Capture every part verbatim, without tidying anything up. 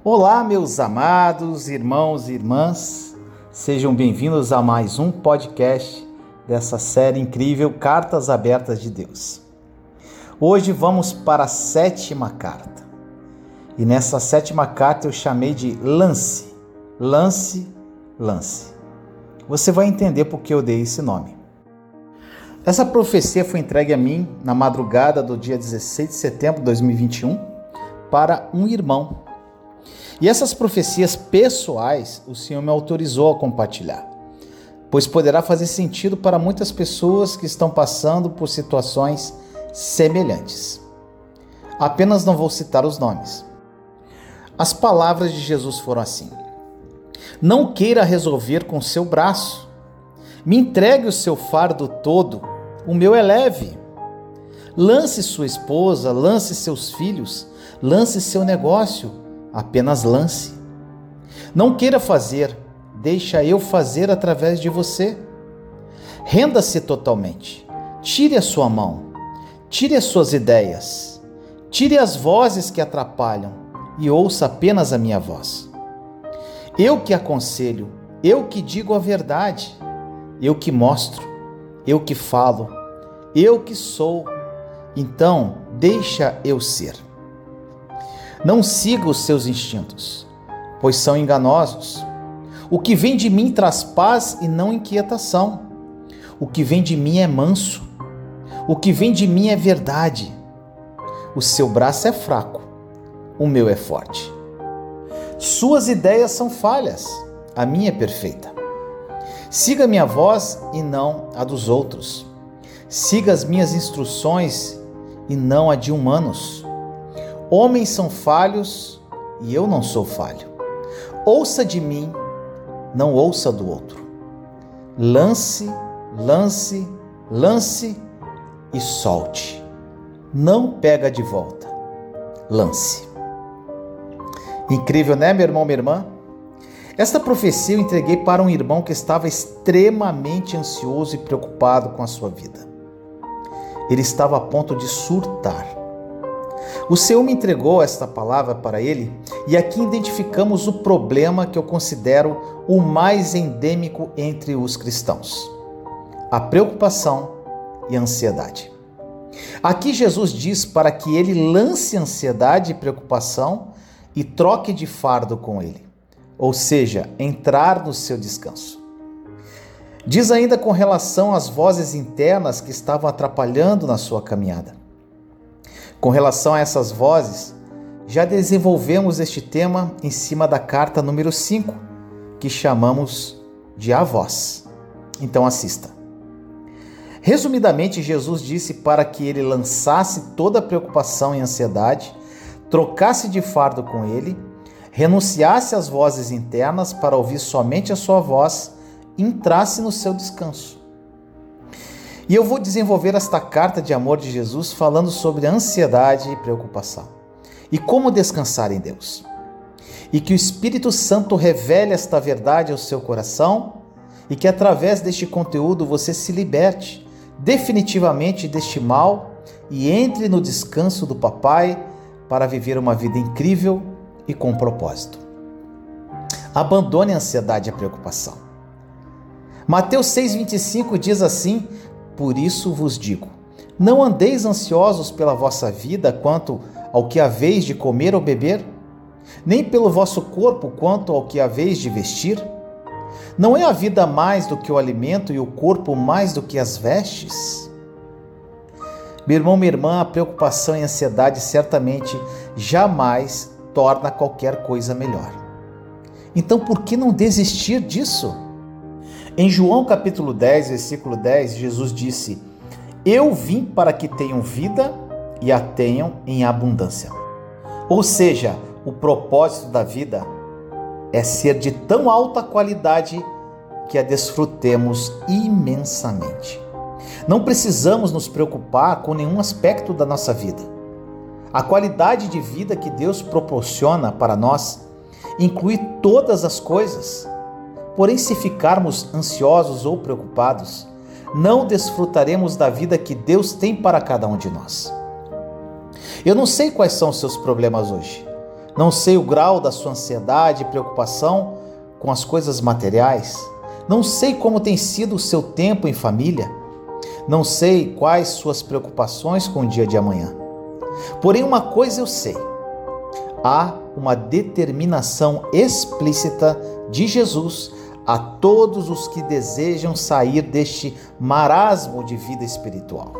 Olá, meus amados irmãos e irmãs, sejam bem-vindos a mais um podcast dessa série incrível Cartas Abertas de Deus. Hoje vamos para a sétima carta, e nessa sétima carta eu chamei de lance, lance, lance. Você vai entender por que eu dei esse nome. Essa profecia foi entregue a mim na madrugada do dia dezesseis de setembro de dois mil e vinte e um para um irmão. E essas profecias pessoais o Senhor me autorizou a compartilhar, pois poderá fazer sentido para muitas pessoas que estão passando por situações semelhantes. Apenas não vou citar os nomes. As palavras de Jesus foram assim: não queira resolver com seu braço, me entregue o seu fardo todo, o meu é leve. Lance sua esposa, lance seus filhos, lance seu negócio, apenas lance. Não queira fazer, deixa eu fazer através de você. Renda-se totalmente, tire a sua mão, tire as suas ideias, tire as vozes que atrapalham e ouça apenas a minha voz. Eu que aconselho, eu que digo a verdade, eu que mostro, eu que falo, eu que sou, então deixa eu ser. Não siga os seus instintos, pois são enganosos. O que vem de mim traz paz e não inquietação. O que vem de mim é manso. O que vem de mim é verdade. O seu braço é fraco, o meu é forte. Suas ideias são falhas, a minha é perfeita. Siga minha voz e não a dos outros. Siga as minhas instruções e não a de humanos. Homens são falhos e eu não sou falho. Ouça de mim, não ouça do outro. Lance, lance, lance e solte. Não pega de volta. Lance. Incrível, né, meu irmão, minha irmã? Esta profecia eu entreguei para um irmão que estava extremamente ansioso e preocupado com a sua vida. Ele estava a ponto de surtar. O Senhor me entregou esta palavra para ele e aqui identificamos o problema que eu considero o mais endêmico entre os cristãos: a preocupação e a ansiedade. Aqui Jesus diz para que ele lance ansiedade e preocupação e troque de fardo com ele, ou seja, entrar no seu descanso. Diz ainda com relação às vozes internas que estavam atrapalhando na sua caminhada. Com relação a essas vozes, já desenvolvemos este tema em cima da carta número cinco, que chamamos de A Voz. Então assista. Resumidamente, Jesus disse para que ele lançasse toda a preocupação e ansiedade, trocasse de fardo com ele, renunciasse às vozes internas para ouvir somente a sua voz e entrasse no seu descanso. E eu vou desenvolver esta carta de amor de Jesus falando sobre ansiedade e preocupação e como descansar em Deus. E que o Espírito Santo revele esta verdade ao seu coração e que através deste conteúdo você se liberte definitivamente deste mal e entre no descanso do Papai para viver uma vida incrível e com propósito. Abandone a ansiedade e a preocupação. Mateus seis, vinte e cinco diz assim: por isso vos digo, não andeis ansiosos pela vossa vida quanto ao que haveis de comer ou beber, nem pelo vosso corpo quanto ao que haveis de vestir. Não é a vida mais do que o alimento e o corpo mais do que as vestes? Meu irmão, minha irmã, a preocupação e a ansiedade certamente jamais torna qualquer coisa melhor. Então por que não desistir disso? Em João capítulo dez, versículo dez, Jesus disse: eu vim para que tenham vida e a tenham em abundância. Ou seja, o propósito da vida é ser de tão alta qualidade que a desfrutemos imensamente. Não precisamos nos preocupar com nenhum aspecto da nossa vida. A qualidade de vida que Deus proporciona para nós inclui todas as coisas. Porém, se ficarmos ansiosos ou preocupados, não desfrutaremos da vida que Deus tem para cada um de nós. Eu não sei quais são os seus problemas hoje, Não sei o grau da sua ansiedade e preocupação com as coisas materiais. Não sei como tem sido o seu tempo em família. Não sei quais suas preocupações com o dia de amanhã. Porém, uma coisa eu sei. Há uma determinação explícita de Jesus a todos os que desejam sair deste marasmo de vida espiritual.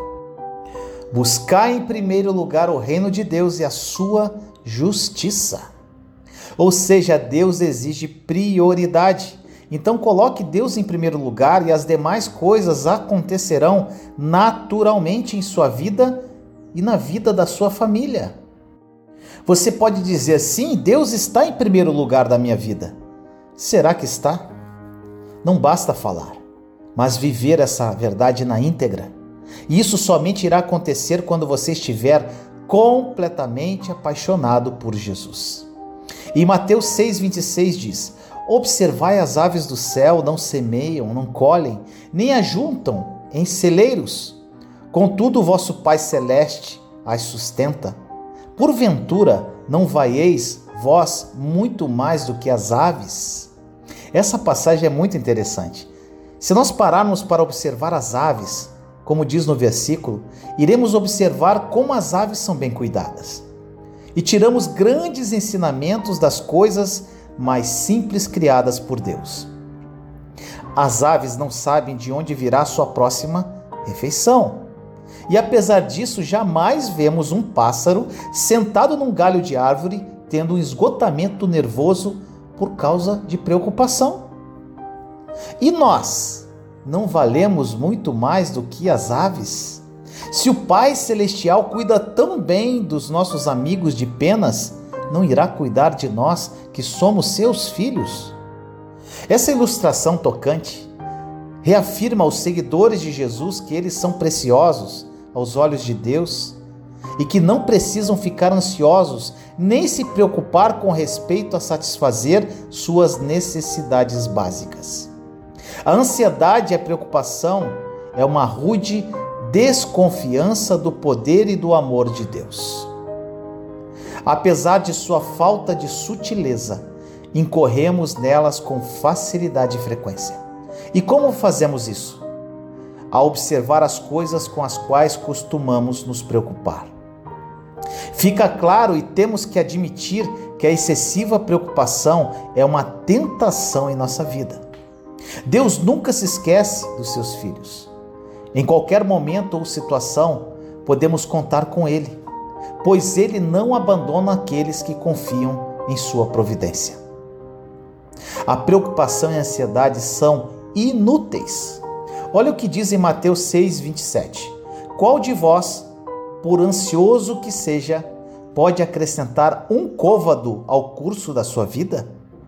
Buscar em primeiro lugar o reino de Deus e a sua justiça. Ou seja, Deus exige prioridade. Então coloque Deus em primeiro lugar e as demais coisas acontecerão naturalmente em sua vida e na vida da sua família. Você pode dizer, sim, Deus está em primeiro lugar da minha vida. Será que está? Não basta falar, mas viver essa verdade na íntegra. E isso somente irá acontecer quando você estiver completamente apaixonado por Jesus. E Mateus seis, vinte e seis diz: observai as aves do céu, não semeiam, não colhem, nem ajuntam em celeiros. Contudo, o vosso Pai Celeste as sustenta. Porventura, não vaieis vós muito mais do que as aves? Essa passagem é muito interessante. Se nós pararmos para observar as aves, como diz no versículo, iremos observar como as aves são bem cuidadas. E tiramos grandes ensinamentos das coisas mais simples criadas por Deus. As aves não sabem de onde virá sua próxima refeição. E apesar disso, jamais vemos um pássaro sentado num galho de árvore tendo um esgotamento nervoso por causa de preocupação. E nós não valemos muito mais do que as aves? Se o Pai Celestial cuida tão bem dos nossos amigos de penas, não irá cuidar de nós que somos seus filhos? Essa ilustração tocante reafirma aos seguidores de Jesus que eles são preciosos aos olhos de Deus e que não precisam ficar ansiosos nem se preocupar com respeito a satisfazer suas necessidades básicas. A ansiedade e a preocupação é uma rude desconfiança do poder e do amor de Deus. Apesar de sua falta de sutileza, incorremos nelas com facilidade e frequência. E como fazemos isso? A observar as coisas com as quais costumamos nos preocupar. Fica claro e temos que admitir que a excessiva preocupação é uma tentação em nossa vida. Deus nunca se esquece dos seus filhos. Em qualquer momento ou situação, podemos contar com Ele, pois Ele não abandona aqueles que confiam em sua providência. A preocupação e a ansiedade são inúteis. Olha o que diz em Mateus seis, vinte e sete. Qual de vós, por ansioso que seja, pode acrescentar um côvado ao curso da sua vida?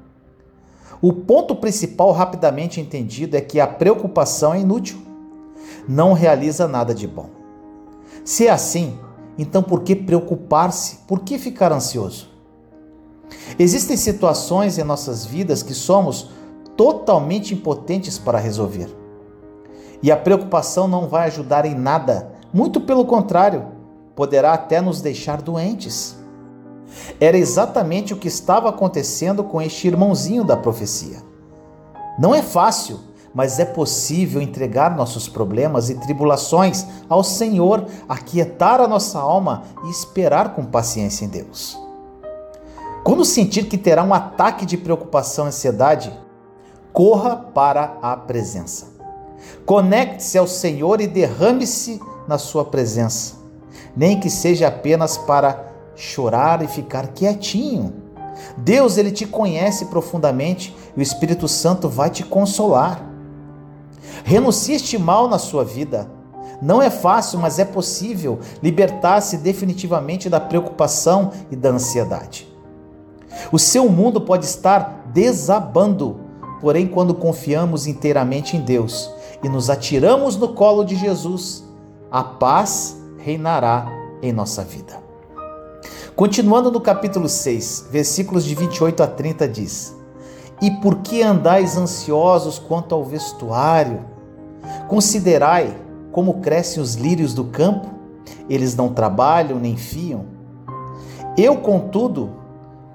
O ponto principal, rapidamente entendido, é que a preocupação é inútil. Não realiza nada de bom. Se é assim, então por que preocupar-se? Por que ficar ansioso? Existem situações em nossas vidas que somos totalmente impotentes para resolver. E a preocupação não vai ajudar em nada, muito pelo contrário, poderá até nos deixar doentes. Era exatamente o que estava acontecendo com este irmãozinho da profecia. Não é fácil, mas é possível entregar nossos problemas e tribulações ao Senhor, aquietar a nossa alma e esperar com paciência em Deus. Quando sentir que terá um ataque de preocupação e ansiedade, corra para a presença. Conecte-se ao Senhor e derrame-se na sua presença, nem que seja apenas para chorar e ficar quietinho. Deus, Ele te conhece profundamente e o Espírito Santo vai te consolar. Renuncie este mal na sua vida. Não é fácil, mas é possível libertar-se definitivamente da preocupação e da ansiedade. O seu mundo pode estar desabando, porém, quando confiamos inteiramente em Deus e nos atiramos no colo de Jesus, a paz reinará em nossa vida. Continuando no capítulo seis, versículos de vinte e oito a trinta diz: E por que andais ansiosos quanto ao vestuário? Considerai como crescem os lírios do campo, eles não trabalham nem fiam. Eu, contudo,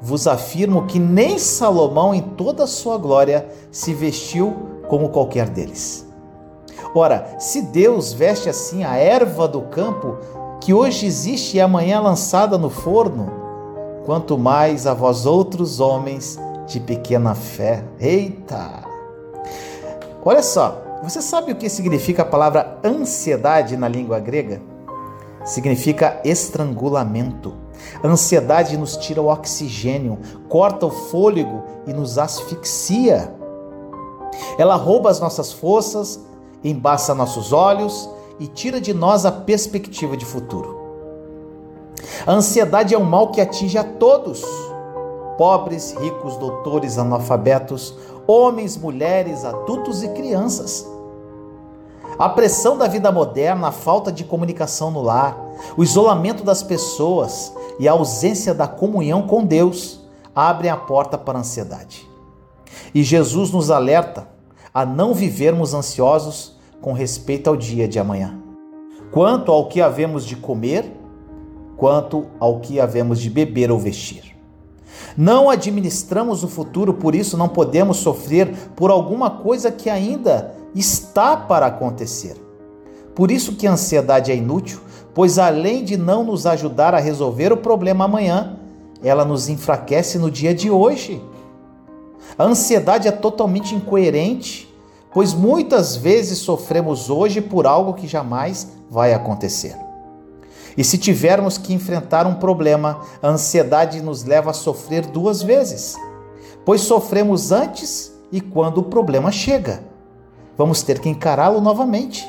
vos afirmo que nem Salomão em toda a sua glória se vestiu como qualquer deles. Ora, se Deus veste assim a erva do campo, que hoje existe e amanhã é lançada no forno, quanto mais a vós outros homens de pequena fé. Eita! Olha só, você sabe o que significa a palavra ansiedade na língua grega? Significa estrangulamento. A ansiedade nos tira o oxigênio, corta o fôlego e nos asfixia. Ela rouba as nossas forças, embaça nossos olhos e tira de nós a perspectiva de futuro. A ansiedade é um mal que atinge a todos: pobres, ricos, doutores, analfabetos, homens, mulheres, adultos e crianças. A pressão da vida moderna, a falta de comunicação no lar, o isolamento das pessoas e a ausência da comunhão com Deus abrem a porta para a ansiedade. E Jesus nos alerta a não vivermos ansiosos com respeito ao dia de amanhã, quanto ao que havemos de comer, quanto ao que havemos de beber ou vestir. Não administramos o futuro, por isso não podemos sofrer por alguma coisa que ainda está para acontecer. Por isso que a ansiedade é inútil, pois além de não nos ajudar a resolver o problema amanhã, ela nos enfraquece no dia de hoje. A ansiedade é totalmente incoerente, pois muitas vezes sofremos hoje por algo que jamais vai acontecer. E se tivermos que enfrentar um problema, a ansiedade nos leva a sofrer duas vezes, pois sofremos antes e quando o problema chega. Vamos ter que encará-lo novamente.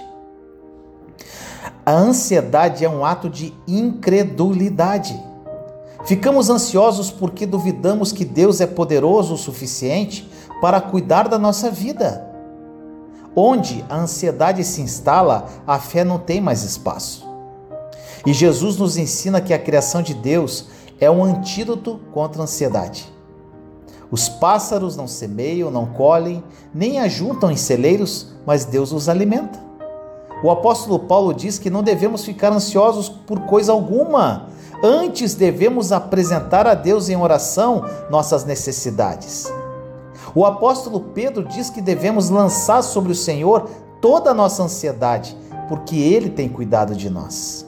A ansiedade é um ato de incredulidade. Ficamos ansiosos porque duvidamos que Deus é poderoso o suficiente para cuidar da nossa vida. Onde a ansiedade se instala, a fé não tem mais espaço. E Jesus nos ensina que a criação de Deus é um antídoto contra a ansiedade. Os pássaros não semeiam, não colhem, nem ajuntam em celeiros, mas Deus os alimenta. O apóstolo Paulo diz que não devemos ficar ansiosos por coisa alguma. Antes devemos apresentar a Deus em oração nossas necessidades. O apóstolo Pedro diz que devemos lançar sobre o Senhor toda a nossa ansiedade, porque Ele tem cuidado de nós.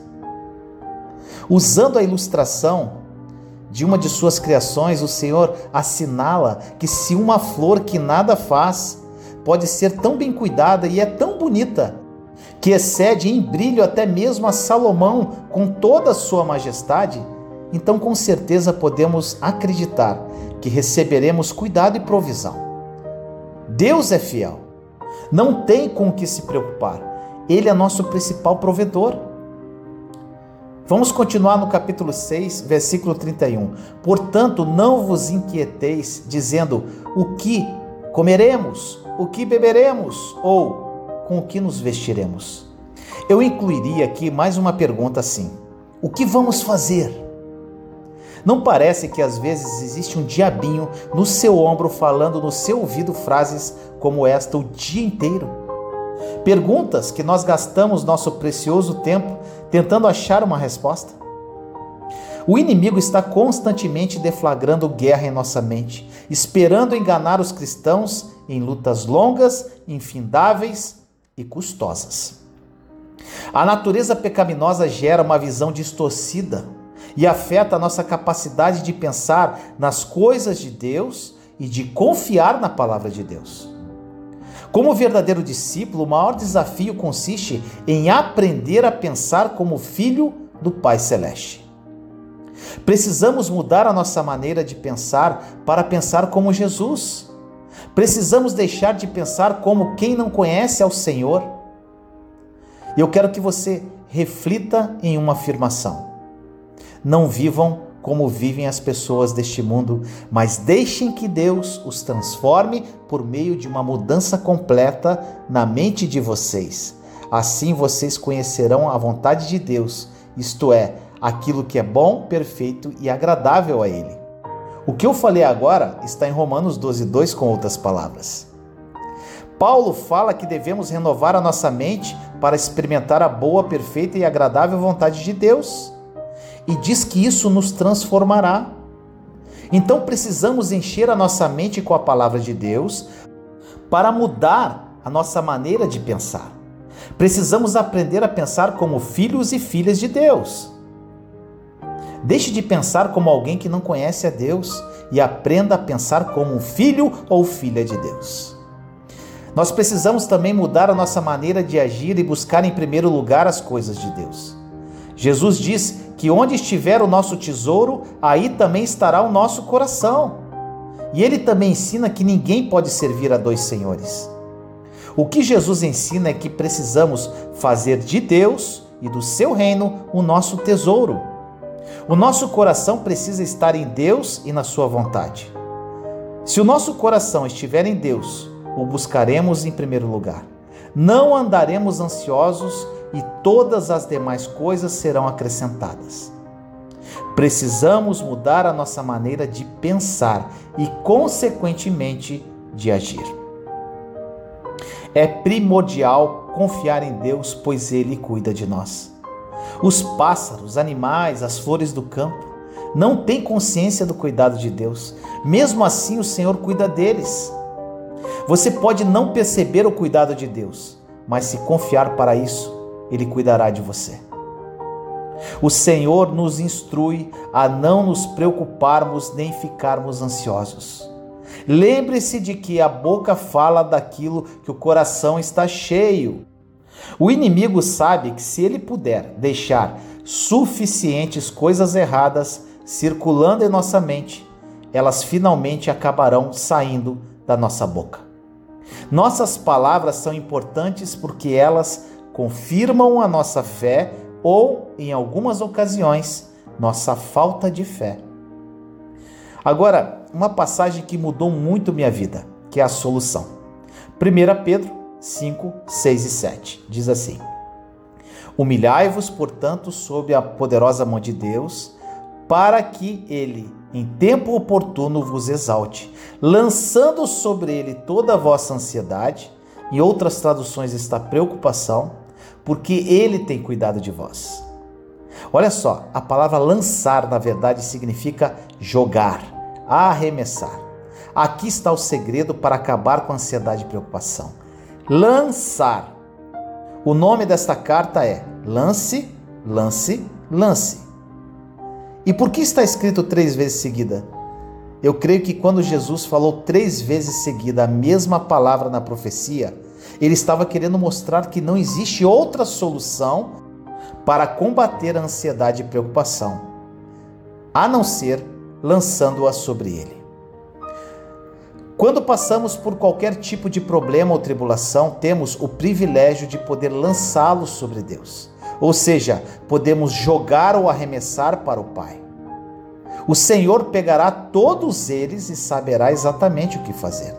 Usando a ilustração de uma de suas criações, o Senhor assinala que se uma flor que nada faz pode ser tão bem cuidada e é tão bonita, que excede em brilho até mesmo a Salomão com toda a sua majestade, então com certeza podemos acreditar que receberemos cuidado e provisão. Deus é fiel, não tem com o que se preocupar, Ele é nosso principal provedor. Vamos continuar no capítulo seis, versículo trinta e um. Portanto, não vos inquieteis, dizendo, o que comeremos, o que beberemos, ou com o que nos vestiremos. Eu incluiria aqui mais uma pergunta assim: o que vamos fazer? Não parece que às vezes existe um diabinho no seu ombro falando no seu ouvido frases como esta o dia inteiro? Perguntas que nós gastamos nosso precioso tempo tentando achar uma resposta. O inimigo está constantemente deflagrando guerra em nossa mente, esperando enganar os cristãos em lutas longas, infindáveis e custosas. A natureza pecaminosa gera uma visão distorcida e afeta a nossa capacidade de pensar nas coisas de Deus e de confiar na palavra de Deus. Como verdadeiro discípulo, o maior desafio consiste em aprender a pensar como filho do Pai Celeste. Precisamos mudar a nossa maneira de pensar para pensar como Jesus. Precisamos deixar de pensar como quem não conhece ao Senhor. Eu quero que você reflita em uma afirmação. Não vivam como vivem as pessoas deste mundo, mas deixem que Deus os transforme por meio de uma mudança completa na mente de vocês. Assim vocês conhecerão a vontade de Deus, isto é, aquilo que é bom, perfeito e agradável a Ele. O que eu falei agora está em Romanos doze, dois, com outras palavras. Paulo fala que devemos renovar a nossa mente para experimentar a boa, perfeita e agradável vontade de Deus. E diz que isso nos transformará. Então precisamos encher a nossa mente com a palavra de Deus para mudar a nossa maneira de pensar. Precisamos aprender a pensar como filhos e filhas de Deus. Deixe de pensar como alguém que não conhece a Deus e aprenda a pensar como um filho ou filha de Deus. Nós precisamos também mudar a nossa maneira de agir e buscar em primeiro lugar as coisas de Deus. Jesus diz que onde estiver o nosso tesouro, aí também estará o nosso coração. E ele também ensina que ninguém pode servir a dois senhores. O que Jesus ensina é que precisamos fazer de Deus e do seu reino o nosso tesouro. O nosso coração precisa estar em Deus e na sua vontade. Se o nosso coração estiver em Deus, o buscaremos em primeiro lugar. Não andaremos ansiosos e todas as demais coisas serão acrescentadas. Precisamos mudar a nossa maneira de pensar e, consequentemente, de agir. É primordial confiar em Deus, pois Ele cuida de nós. Os pássaros, os animais, as flores do campo não têm consciência do cuidado de Deus. Mesmo assim, o Senhor cuida deles. Você pode não perceber o cuidado de Deus, mas se confiar para isso, Ele cuidará de você. O Senhor nos instrui a não nos preocuparmos nem ficarmos ansiosos. Lembre-se de que a boca fala daquilo que o coração está cheio. O inimigo sabe que se ele puder deixar suficientes coisas erradas circulando em nossa mente, elas finalmente acabarão saindo da nossa boca. Nossas palavras são importantes porque elas confirmam a nossa fé ou, em algumas ocasiões, nossa falta de fé. Agora, uma passagem que mudou muito minha vida, que é a solução. primeira Pedro cinco, seis e sete, diz assim: Humilhai-vos, portanto, sob a poderosa mão de Deus, para que Ele, em tempo oportuno, vos exalte, lançando sobre Ele toda a vossa ansiedade, em outras traduções está preocupação, porque Ele tem cuidado de vós. Olha só, a palavra lançar, na verdade, significa jogar, arremessar. Aqui está o segredo para acabar com a ansiedade e preocupação. Lançar. O nome desta carta é Lance, Lance, Lance. E por que está escrito três vezes seguida? Eu creio que quando Jesus falou três vezes seguida a mesma palavra na profecia, ele estava querendo mostrar que não existe outra solução para combater a ansiedade e preocupação, a não ser lançando-a sobre ele. Quando passamos por qualquer tipo de problema ou tribulação, temos o privilégio de poder lançá-lo sobre Deus. Ou seja, podemos jogar ou arremessar para o Pai. O Senhor pegará todos eles e saberá exatamente o que fazer.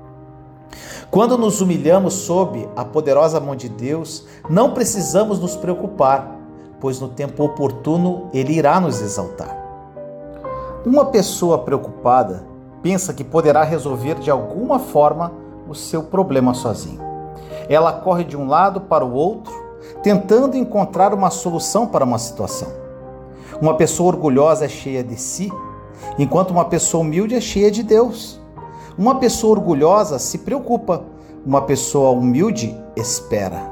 Quando nos humilhamos sob a poderosa mão de Deus, não precisamos nos preocupar, pois no tempo oportuno Ele irá nos exaltar. Uma pessoa preocupada pensa que poderá resolver de alguma forma o seu problema sozinho. Ela corre de um lado para o outro, tentando encontrar uma solução para uma situação. Uma pessoa orgulhosa é cheia de si, enquanto uma pessoa humilde é cheia de Deus. Uma pessoa orgulhosa se preocupa, uma pessoa humilde espera.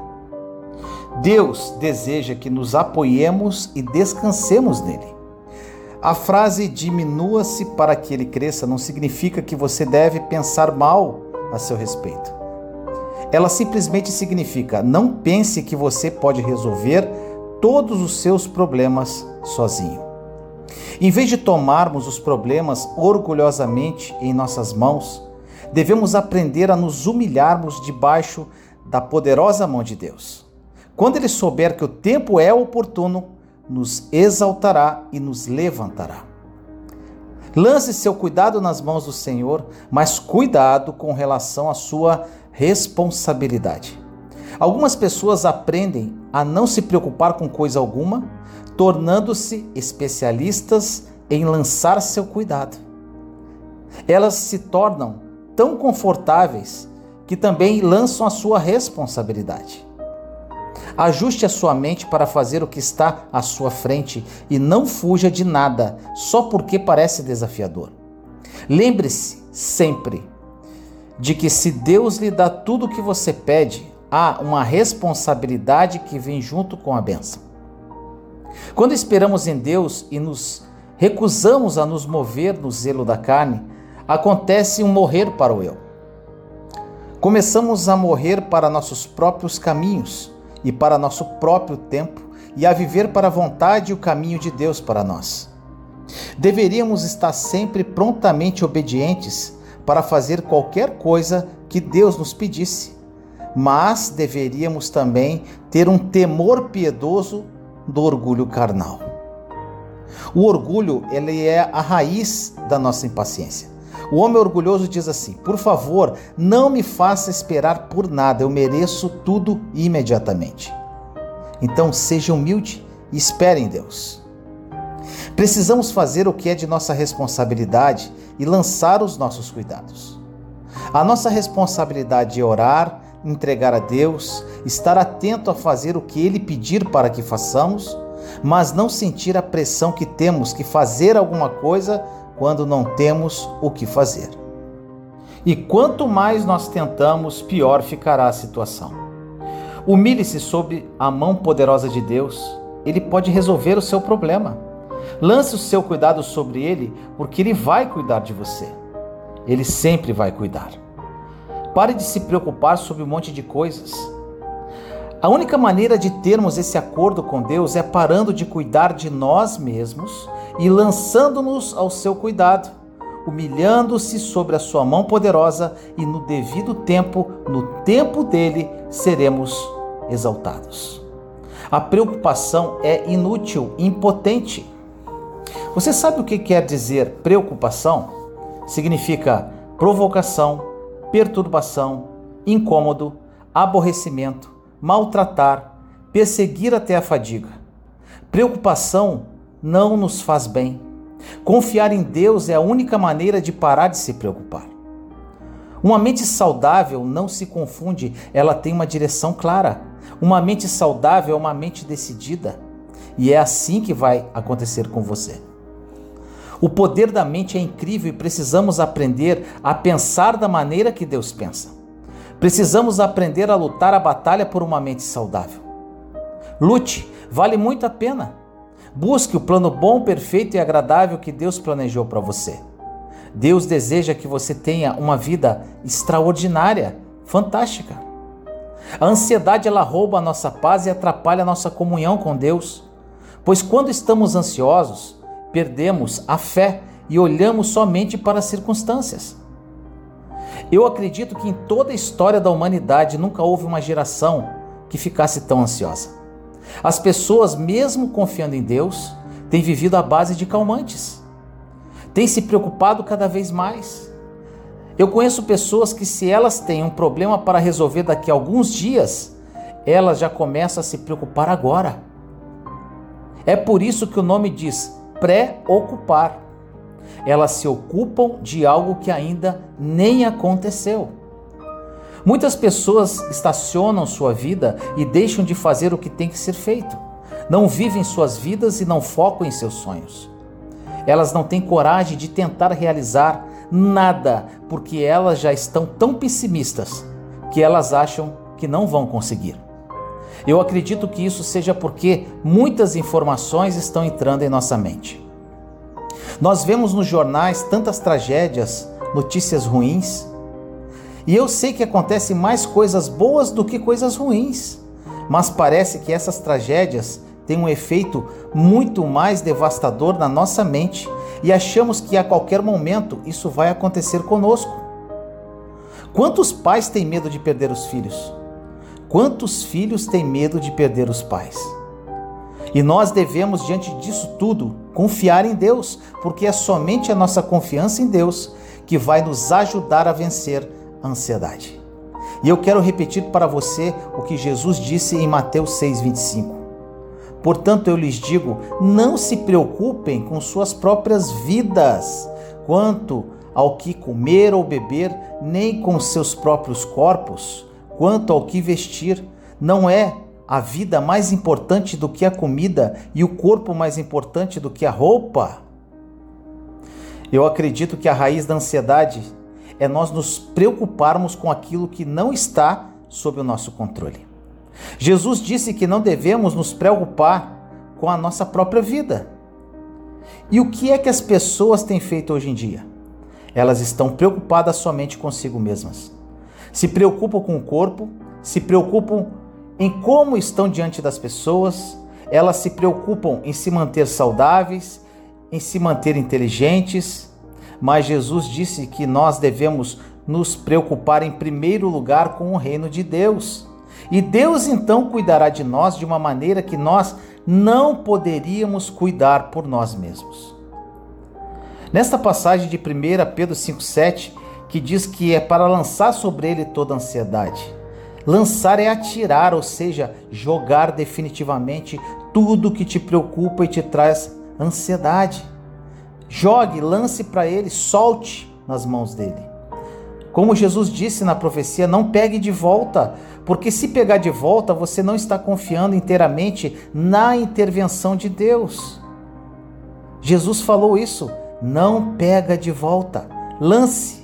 Deus deseja que nos apoiemos e descansemos nele. A frase diminua-se para que ele cresça não significa que você deve pensar mal a seu respeito. Ela simplesmente significa: não pense que você pode resolver todos os seus problemas sozinho. Em vez de tomarmos os problemas orgulhosamente em nossas mãos, devemos aprender a nos humilharmos debaixo da poderosa mão de Deus. Quando ele souber que o tempo é oportuno, nos exaltará e nos levantará. Lance seu cuidado nas mãos do Senhor, mas cuidado com relação à sua responsabilidade. Algumas pessoas aprendem a não se preocupar com coisa alguma, tornando-se especialistas em lançar seu cuidado. Elas se tornam tão confortáveis que também lançam a sua responsabilidade. Ajuste a sua mente para fazer o que está à sua frente e não fuja de nada só porque parece desafiador. Lembre-se sempre de que se Deus lhe dá tudo o que você pede, há uma responsabilidade que vem junto com a bênção. Quando esperamos em Deus e nos recusamos a nos mover no zelo da carne, acontece um morrer para o eu. Começamos a morrer para nossos próprios caminhos e para nosso próprio tempo e a viver para a vontade e o caminho de Deus para nós. Deveríamos estar sempre prontamente obedientes para fazer qualquer coisa que Deus nos pedisse, mas deveríamos também ter um temor piedoso do orgulho carnal. O orgulho, ele é a raiz da nossa impaciência. O homem orgulhoso diz assim: por favor, não me faça esperar por nada, eu mereço tudo imediatamente. Então seja humilde e espere em Deus. Precisamos fazer o que é de nossa responsabilidade e lançar os nossos cuidados. A nossa responsabilidade é orar, entregar a Deus, estar atento a fazer o que Ele pedir para que façamos, mas não sentir a pressão que temos que fazer alguma coisa quando não temos o que fazer. E quanto mais nós tentamos, pior ficará a situação. Humilhe-se sob a mão poderosa de Deus, Ele pode resolver o seu problema. Lance o seu cuidado sobre Ele, porque Ele vai cuidar de você. Ele sempre vai cuidar. Pare de se preocupar sobre um monte de coisas. A única maneira de termos esse acordo com Deus é parando de cuidar de nós mesmos e lançando-nos ao seu cuidado, humilhando-se sobre a sua mão poderosa e no devido tempo, no tempo dele, seremos exaltados. A preocupação é inútil, impotente. Você sabe o que quer dizer preocupação? Significa provocação, perturbação, incômodo, aborrecimento, maltratar, perseguir até a fadiga. Preocupação não nos faz bem. Confiar em Deus é a única maneira de parar de se preocupar. Uma mente saudável não se confunde, ela tem uma direção clara. Uma mente saudável é uma mente decidida. E é assim que vai acontecer com você. O poder da mente é incrível e precisamos aprender a pensar da maneira que Deus pensa. Precisamos aprender a lutar a batalha por uma mente saudável. Lute, vale muito a pena. Busque o plano bom, perfeito e agradável que Deus planejou para você. Deus deseja que você tenha uma vida extraordinária, fantástica. A ansiedade, ela rouba a nossa paz e atrapalha a nossa comunhão com Deus. Pois quando estamos ansiosos, perdemos a fé e olhamos somente para as circunstâncias. Eu acredito que em toda a história da humanidade nunca houve uma geração que ficasse tão ansiosa. As pessoas, mesmo confiando em Deus, têm vivido à base de calmantes. Têm se preocupado cada vez mais. Eu conheço pessoas que, se elas têm um problema para resolver daqui a alguns dias, elas já começam a se preocupar agora. É por isso que o nome diz preocupar. Elas se ocupam de algo que ainda nem aconteceu. Muitas pessoas estacionam sua vida e deixam de fazer o que tem que ser feito. Não vivem suas vidas e não focam em seus sonhos. Elas não têm coragem de tentar realizar nada, porque elas já estão tão pessimistas que elas acham que não vão conseguir. Eu acredito que isso seja porque muitas informações estão entrando em nossa mente. Nós vemos nos jornais tantas tragédias, notícias ruins, e eu sei que acontecem mais coisas boas do que coisas ruins, mas parece que essas tragédias têm um efeito muito mais devastador na nossa mente e achamos que a qualquer momento isso vai acontecer conosco. Quantos pais têm medo de perder os filhos? Quantos filhos têm medo de perder os pais? E nós devemos, diante disso tudo, confiar em Deus, porque é somente a nossa confiança em Deus que vai nos ajudar a vencer a ansiedade. E eu quero repetir para você o que Jesus disse em Mateus seis, vinte e cinco. Portanto, eu lhes digo, não se preocupem com suas próprias vidas, quanto ao que comer ou beber, nem com seus próprios corpos, quanto ao que vestir. Não é a vida mais importante do que a comida e o corpo mais importante do que a roupa? Eu acredito que a raiz da ansiedade é nós nos preocuparmos com aquilo que não está sob o nosso controle. Jesus disse que não devemos nos preocupar com a nossa própria vida. E o que é que as pessoas têm feito hoje em dia? Elas estão preocupadas somente consigo mesmas. Se preocupam com o corpo, se preocupam em como estão diante das pessoas, elas se preocupam em se manter saudáveis, em se manter inteligentes, mas Jesus disse que nós devemos nos preocupar em primeiro lugar com o reino de Deus. E Deus então cuidará de nós de uma maneira que nós não poderíamos cuidar por nós mesmos. Nesta passagem de primeira Pedro cinco, sete, que diz que é para lançar sobre ele toda a ansiedade. Lançar é atirar, ou seja, jogar definitivamente tudo que te preocupa e te traz ansiedade. Jogue, lance para ele, solte nas mãos dele. Como Jesus disse na profecia, não pegue de volta, porque se pegar de volta, você não está confiando inteiramente na intervenção de Deus. Jesus falou isso, não pega de volta, lance.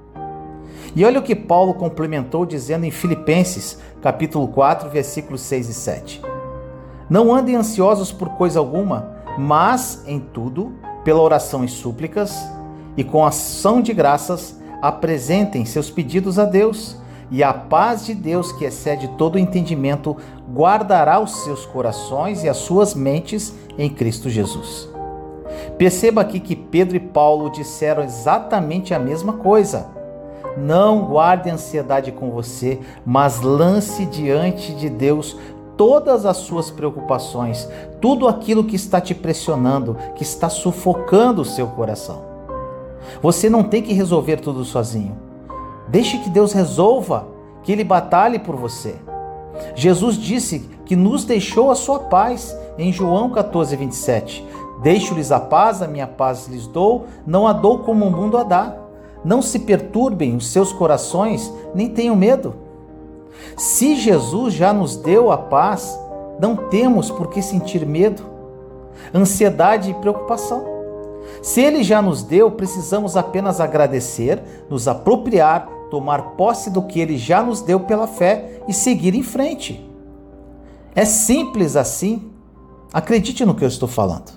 E olha o que Paulo complementou dizendo em Filipenses, capítulo quatro, versículos seis e sete. Não andem ansiosos por coisa alguma, mas em tudo, pela oração e súplicas, e com ação de graças, apresentem seus pedidos a Deus, e a paz de Deus, que excede todo o entendimento, guardará os seus corações e as suas mentes em Cristo Jesus. Perceba aqui que Pedro e Paulo disseram exatamente a mesma coisa. Não guarde ansiedade com você, mas lance diante de Deus todas as suas preocupações, tudo aquilo que está te pressionando, que está sufocando o seu coração. Você não tem que resolver tudo sozinho. Deixe que Deus resolva, que Ele batalhe por você. Jesus disse que nos deixou a sua paz, em João catorze, vinte e sete. Deixo-lhes a paz, a minha paz lhes dou, não a dou como o mundo a dá. Não se perturbem os seus corações, nem tenham medo. Se Jesus já nos deu a paz, não temos por que sentir medo, ansiedade e preocupação. Se Ele já nos deu, precisamos apenas agradecer, nos apropriar, tomar posse do que Ele já nos deu pela fé e seguir em frente. É simples assim. Acredite no que eu estou falando.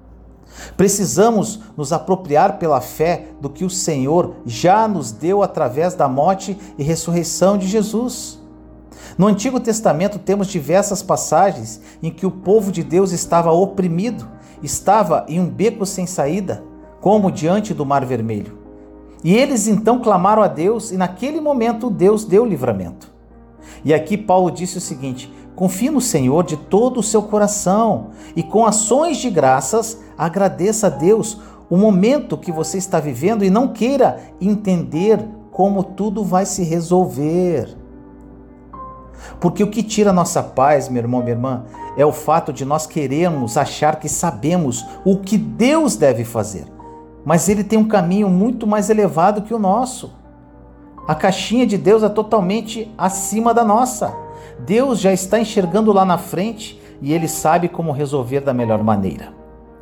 Precisamos nos apropriar pela fé do que o Senhor já nos deu através da morte e ressurreição de Jesus. No Antigo Testamento temos diversas passagens em que o povo de Deus estava oprimido, estava em um beco sem saída, como diante do Mar Vermelho. E eles então clamaram a Deus e naquele momento Deus deu livramento. E aqui Paulo disse o seguinte: confie no Senhor de todo o seu coração e com ações de graças agradeça a Deus o momento que você está vivendo e não queira entender como tudo vai se resolver. Porque o que tira a nossa paz, meu irmão, minha irmã, é o fato de nós querermos achar que sabemos o que Deus deve fazer. Mas Ele tem um caminho muito mais elevado que o nosso. A caixinha de Deus é totalmente acima da nossa. Deus já está enxergando lá na frente e Ele sabe como resolver da melhor maneira.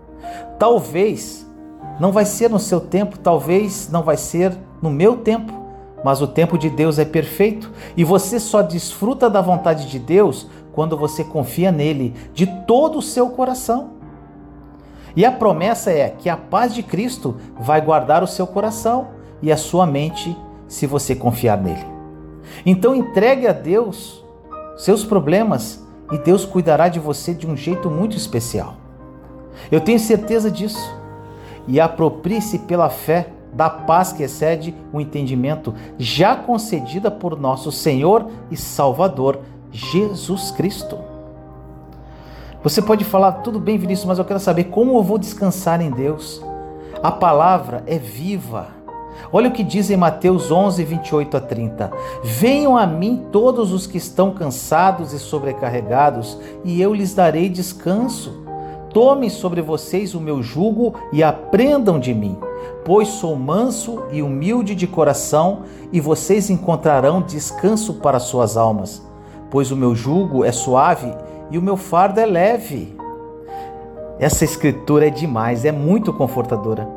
Talvez não vai ser no seu tempo, talvez não vai ser no meu tempo, mas o tempo de Deus é perfeito e você só desfruta da vontade de Deus quando você confia nele de todo o seu coração. E a promessa é que a paz de Cristo vai guardar o seu coração e a sua mente se você confiar nele. Então entregue a Deus seus problemas e Deus cuidará de você de um jeito muito especial. Eu tenho certeza disso. E aproprie-se pela fé da paz que excede o entendimento, já concedida por nosso Senhor e Salvador, Jesus Cristo. Você pode falar, tudo bem, Vinícius, mas eu quero saber como eu vou descansar em Deus. A palavra é viva. Olha o que diz em Mateus onze, vinte e oito a trinta. Venham a mim todos os que estão cansados e sobrecarregados, e eu lhes darei descanso. Tomem sobre vocês o meu jugo e aprendam de mim, pois sou manso e humilde de coração, e vocês encontrarão descanso para suas almas, pois o meu jugo é suave e o meu fardo é leve. Essa escritura é demais, é muito confortadora.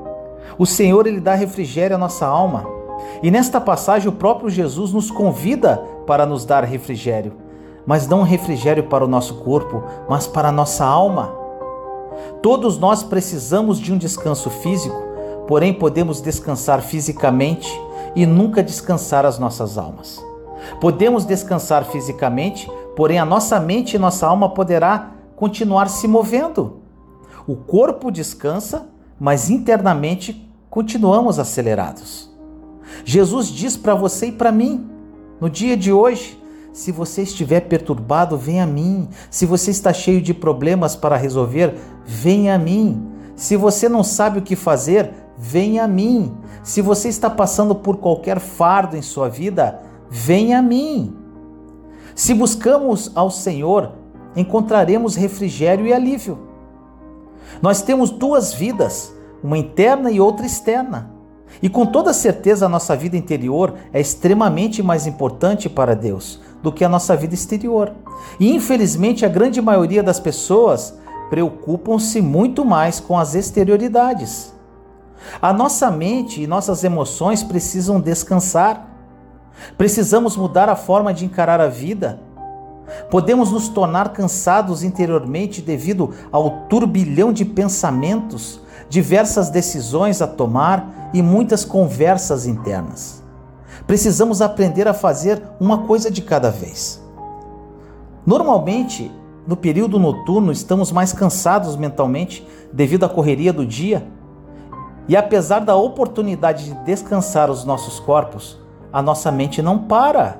O Senhor, Ele dá refrigério à nossa alma. E nesta passagem o próprio Jesus nos convida para nos dar refrigério. Mas não um refrigério para o nosso corpo, mas para a nossa alma. Todos nós precisamos de um descanso físico, porém podemos descansar fisicamente e nunca descansar as nossas almas. Podemos descansar fisicamente, porém a nossa mente e nossa alma poderá continuar se movendo. O corpo descansa, mas internamente continuamos acelerados. Jesus diz para você e para mim, no dia de hoje: se você estiver perturbado, venha a mim. Se você está cheio de problemas para resolver, venha a mim. Se você não sabe o que fazer, venha a mim. Se você está passando por qualquer fardo em sua vida, venha a mim. Se buscamos ao Senhor, encontraremos refrigério e alívio. Nós temos duas vidas, uma interna e outra externa. E com toda certeza a nossa vida interior é extremamente mais importante para Deus do que a nossa vida exterior. E infelizmente a grande maioria das pessoas preocupam-se muito mais com as exterioridades. A nossa mente e nossas emoções precisam descansar. Precisamos mudar a forma de encarar a vida. Podemos nos tornar cansados interiormente devido ao turbilhão de pensamentos, diversas decisões a tomar e muitas conversas internas. Precisamos aprender a fazer uma coisa de cada vez. Normalmente, no período noturno, estamos mais cansados mentalmente devido à correria do dia. E apesar da oportunidade de descansar os nossos corpos, a nossa mente não para.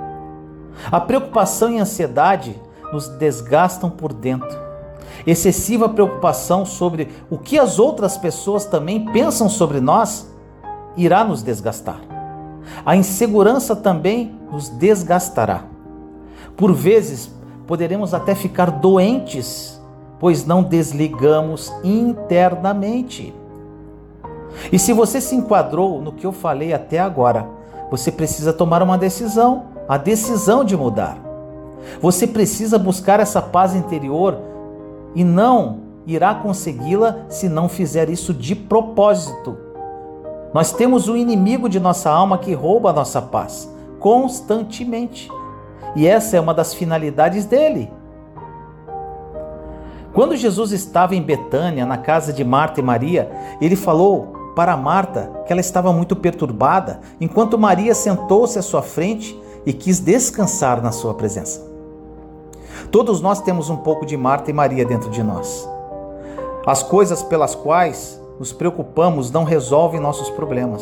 A preocupação e a ansiedade nos desgastam por dentro. Excessiva preocupação sobre o que as outras pessoas também pensam sobre nós irá nos desgastar. A insegurança também nos desgastará. Por vezes, poderemos até ficar doentes, pois não desligamos internamente. E se você se enquadrou no que eu falei até agora, você precisa tomar uma decisão, a decisão de mudar. Você precisa buscar essa paz interior e não irá consegui-la se não fizer isso de propósito. Nós temos um inimigo de nossa alma que rouba a nossa paz constantemente. E essa é uma das finalidades dele. Quando Jesus estava em Betânia, na casa de Marta e Maria, ele falou para Marta que ela estava muito perturbada, enquanto Maria sentou-se à sua frente e quis descansar na sua presença. Todos nós temos um pouco de Marta e Maria dentro de nós. As coisas pelas quais nos preocupamos não resolvem nossos problemas.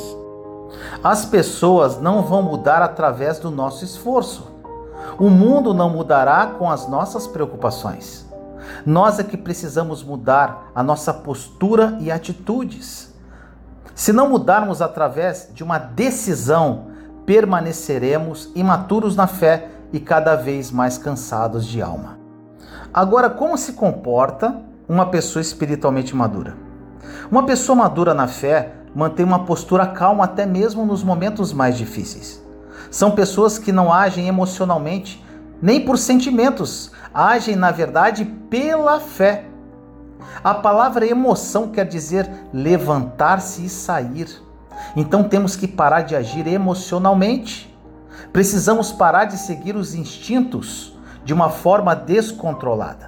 As pessoas não vão mudar através do nosso esforço. O mundo não mudará com as nossas preocupações. Nós é que precisamos mudar a nossa postura e atitudes. Se não mudarmos através de uma decisão, permaneceremos imaturos na fé e cada vez mais cansados de alma. Agora, como se comporta uma pessoa espiritualmente madura? Uma pessoa madura na fé mantém uma postura calma até mesmo nos momentos mais difíceis. São pessoas que não agem emocionalmente, nem por sentimentos, agem na verdade pela fé. A palavra emoção quer dizer levantar-se e sair. Então temos que parar de agir emocionalmente. Precisamos parar de seguir os instintos de uma forma descontrolada.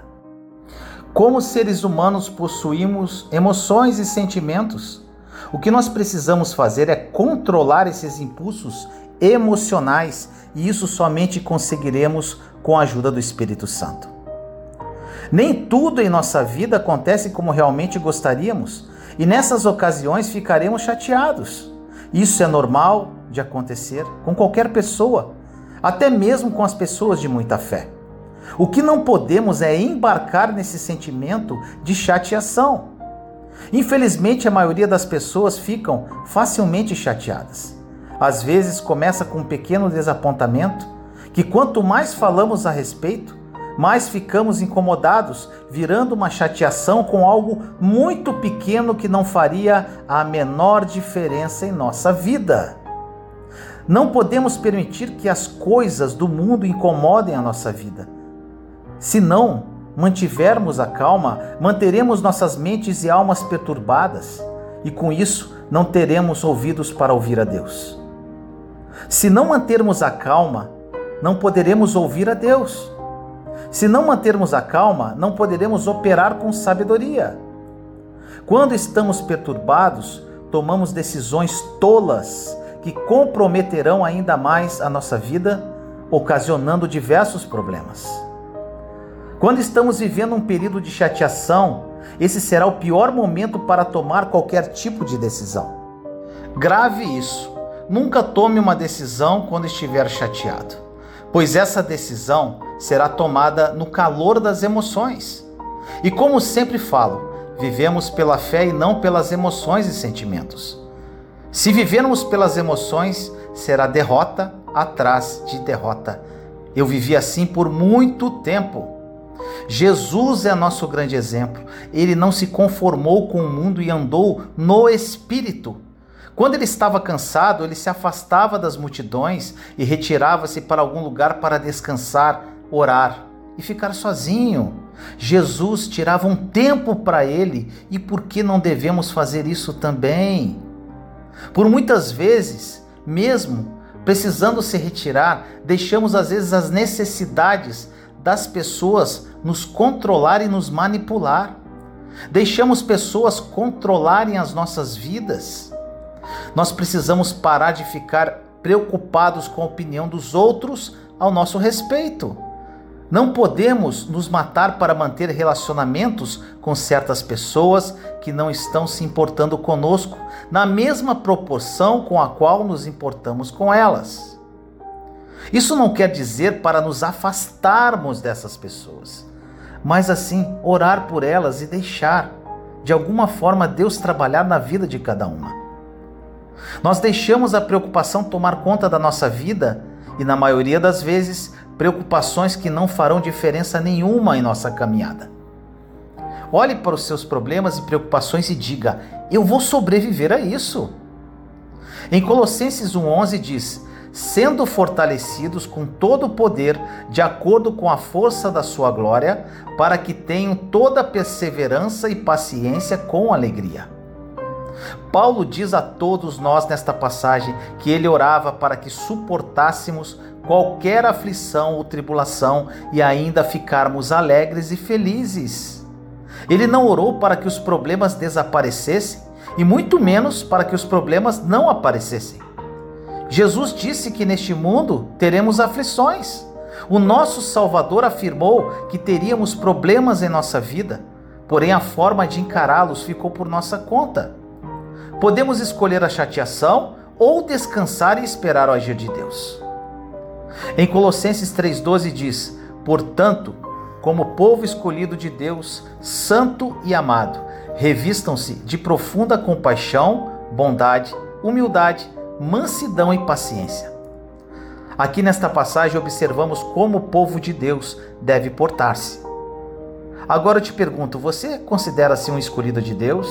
Como seres humanos possuímos emoções e sentimentos. O que nós precisamos fazer é controlar esses impulsos emocionais, e isso somente conseguiremos com a ajuda do Espírito Santo. Nem tudo em nossa vida acontece como realmente gostaríamos, e nessas ocasiões ficaremos chateados. Isso é normal de acontecer com qualquer pessoa, até mesmo com as pessoas de muita fé. O que não podemos é embarcar nesse sentimento de chateação. Infelizmente, a maioria das pessoas ficam facilmente chateadas. Às vezes começa com um pequeno desapontamento, que quanto mais falamos a respeito, mais ficamos incomodados, virando uma chateação com algo muito pequeno que não faria a menor diferença em nossa vida. Não podemos permitir que as coisas do mundo incomodem a nossa vida. Se não mantivermos a calma, manteremos nossas mentes e almas perturbadas e com isso não teremos ouvidos para ouvir a Deus. Se não mantermos a calma, não poderemos ouvir a Deus. Se não mantermos a calma, não poderemos operar com sabedoria. Quando estamos perturbados, tomamos decisões tolas que comprometerão ainda mais a nossa vida, ocasionando diversos problemas. Quando estamos vivendo um período de chateação, esse será o pior momento para tomar qualquer tipo de decisão. Grave isso. Nunca tome uma decisão quando estiver chateado, pois essa decisão será tomada no calor das emoções. E como sempre falo, vivemos pela fé e não pelas emoções e sentimentos. Se vivermos pelas emoções, será derrota atrás de derrota. Eu vivi assim por muito tempo. Jesus é nosso grande exemplo. Ele não se conformou com o mundo e andou no Espírito. Quando ele estava cansado, ele se afastava das multidões e retirava-se para algum lugar para descansar, orar e ficar sozinho. Jesus tirava um tempo para ele, e por que não devemos fazer isso também? Por muitas vezes, mesmo precisando se retirar, deixamos às vezes as necessidades das pessoas nos controlar e nos manipular. Deixamos pessoas controlarem as nossas vidas. Nós precisamos parar de ficar preocupados com a opinião dos outros ao nosso respeito. Não podemos nos matar para manter relacionamentos com certas pessoas que não estão se importando conosco na mesma proporção com a qual nos importamos com elas. Isso não quer dizer para nos afastarmos dessas pessoas, mas assim orar por elas e deixar, de alguma forma, Deus trabalhar na vida de cada uma. Nós deixamos a preocupação tomar conta da nossa vida e, na maioria das vezes, preocupações que não farão diferença nenhuma em nossa caminhada. Olhe para os seus problemas e preocupações e diga: eu vou sobreviver a isso. Em Colossenses um onze diz: sendo fortalecidos com todo o poder, de acordo com a força da sua glória, para que tenham toda a perseverança e paciência com alegria. Paulo diz a todos nós nesta passagem que ele orava para que suportássemos qualquer aflição ou tribulação e ainda ficarmos alegres e felizes. Ele não orou para que os problemas desaparecessem e muito menos para que os problemas não aparecessem. Jesus disse que neste mundo teremos aflições. O nosso Salvador afirmou que teríamos problemas em nossa vida, porém a forma de encará-los ficou por nossa conta. Podemos escolher a chateação ou descansar e esperar o agir de Deus. Em Colossenses três doze diz: portanto, como povo escolhido de Deus, santo e amado, revistam-se de profunda compaixão, bondade, humildade, mansidão e paciência. Aqui nesta passagem observamos como o povo de Deus deve portar-se. Agora eu te pergunto, você considera-se um escolhido de Deus?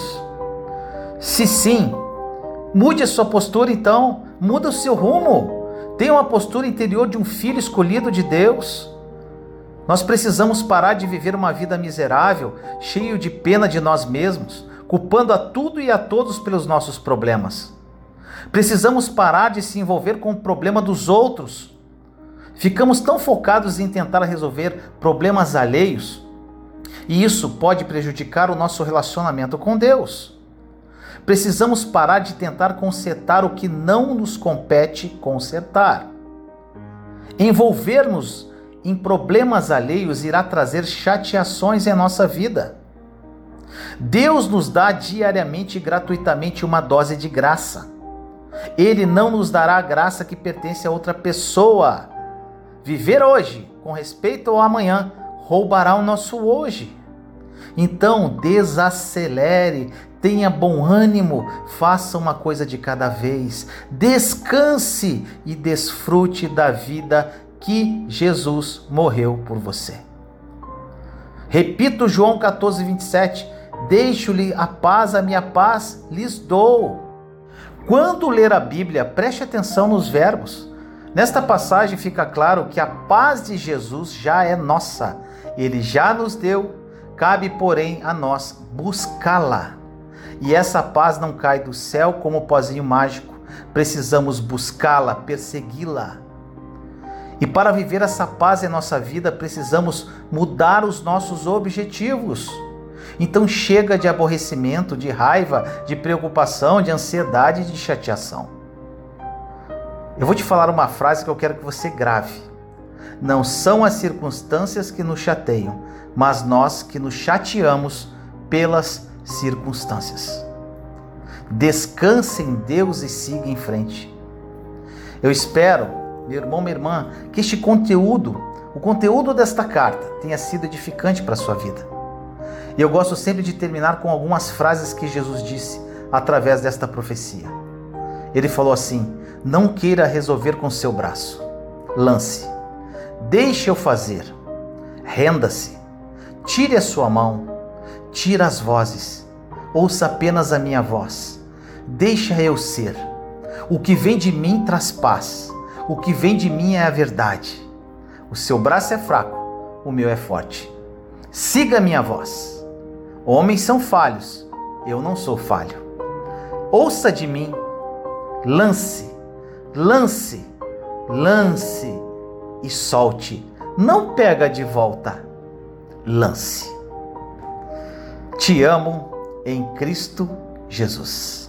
Se sim, mude a sua postura então, muda o seu rumo. Tenha uma postura interior de um filho escolhido de Deus. Nós precisamos parar de viver uma vida miserável, cheio de pena de nós mesmos, culpando a tudo e a todos pelos nossos problemas. Precisamos parar de se envolver com o problema dos outros. Ficamos tão focados em tentar resolver problemas alheios, e isso pode prejudicar o nosso relacionamento com Deus. Precisamos parar de tentar consertar o que não nos compete consertar. Envolver-nos em problemas alheios irá trazer chateações em nossa vida. Deus nos dá diariamente e gratuitamente uma dose de graça. Ele não nos dará a graça que pertence a outra pessoa. Viver hoje, com respeito ao amanhã, roubará o nosso hoje. Então, desacelere, tenha bom ânimo, faça uma coisa de cada vez, descanse e desfrute da vida que Jesus morreu por você. Repito João catorze, vinte e sete, deixo-lhe a paz, a minha paz lhes dou. Quando ler a Bíblia, preste atenção nos verbos. Nesta passagem fica claro que a paz de Jesus já é nossa. Ele já nos deu, cabe, porém, a nós buscá-la. E essa paz não cai do céu como pozinho mágico. Precisamos buscá-la, persegui-la. E para viver essa paz em nossa vida, precisamos mudar os nossos objetivos. Então chega de aborrecimento, de raiva, de preocupação, de ansiedade e de chateação. Eu vou te falar uma frase que eu quero que você grave. Não são as circunstâncias que nos chateiam, mas nós que nos chateamos pelas circunstâncias. Descanse em Deus e siga em frente. Eu espero, meu irmão, minha irmã, que este conteúdo, o conteúdo desta carta, tenha sido edificante para a sua vida. E eu gosto sempre de terminar com algumas frases que Jesus disse através desta profecia. Ele falou assim: não queira resolver com seu braço, lance, deixe eu fazer, renda-se, tire a sua mão, tira as vozes, ouça apenas a minha voz, deixa eu ser. O que vem de mim traz paz, o que vem de mim é a verdade. O seu braço é fraco, o meu é forte. Siga a minha voz. Homens são falhos, eu não sou falho. Ouça de mim, lance, lance, lance e solte. Não pega de volta, lance. Te amo em Cristo Jesus.